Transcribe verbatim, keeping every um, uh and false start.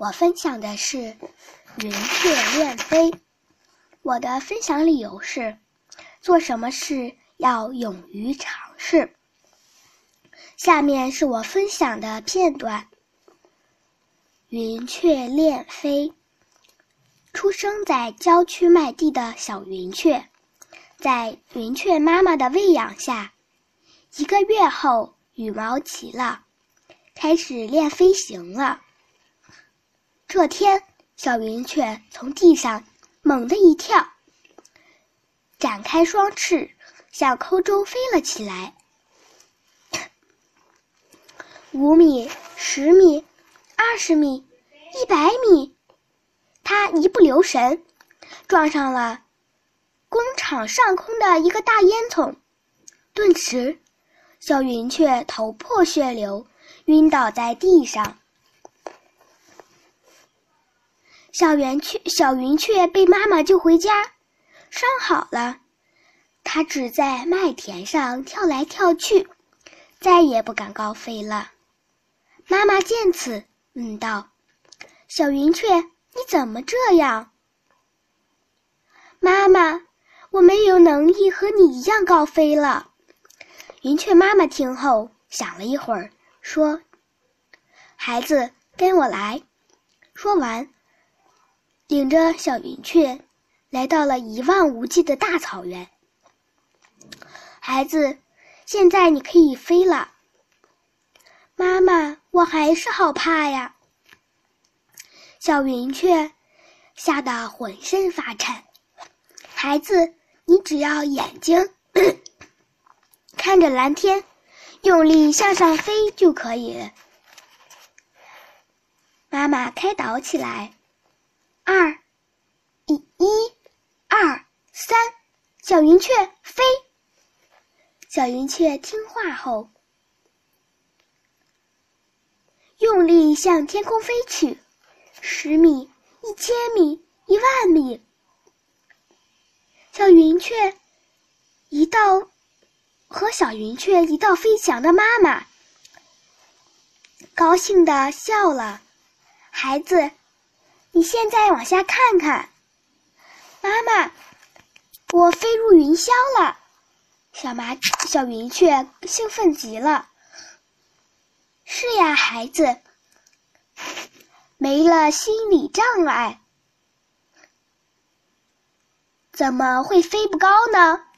我分享的是云雀练飞。我的分享理由是，做什么事要勇于尝试。下面是我分享的片段。云雀练飞。出生在郊区麦地的小云雀，在云雀妈妈的喂养下，一个月后羽毛齐了，开始练飞行了。这天，小云雀从地上猛地一跳，展开双翅，向空中飞了起来。五米、十米、二十米、一百米，它一不留神，撞上了工厂上空的一个大烟囱，顿时，小云雀头破血流，晕倒在地上。小云雀小云雀被妈妈救回家，伤好了，它只在麦田上跳来跳去，再也不敢高飞了。妈妈见此，问道：“小云雀，你怎么这样？”“妈妈，我没有能力和你一样高飞了。”云雀妈妈听后想了一会儿，说：“孩子，跟我来。”说完，领着小云雀来到了一望无际的大草原。“孩子，现在你可以飞了。”“妈妈，我还是好怕呀。”小云雀吓得浑身发颤。“孩子，你只要眼睛看着蓝天，用力向上飞就可以。”妈妈开导起来。二，一，一，二，三，小云雀飞。小云雀听话后，用力向天空飞去，十米、一千米、一万米。小云雀一道和小云雀一道飞翔的妈妈高兴地笑了。“孩子，你现在往下看看。”“妈妈，我飞入云霄了。”小麻小云雀兴奋极了。“是呀，孩子，没了心理障碍，怎么会飞不高呢？”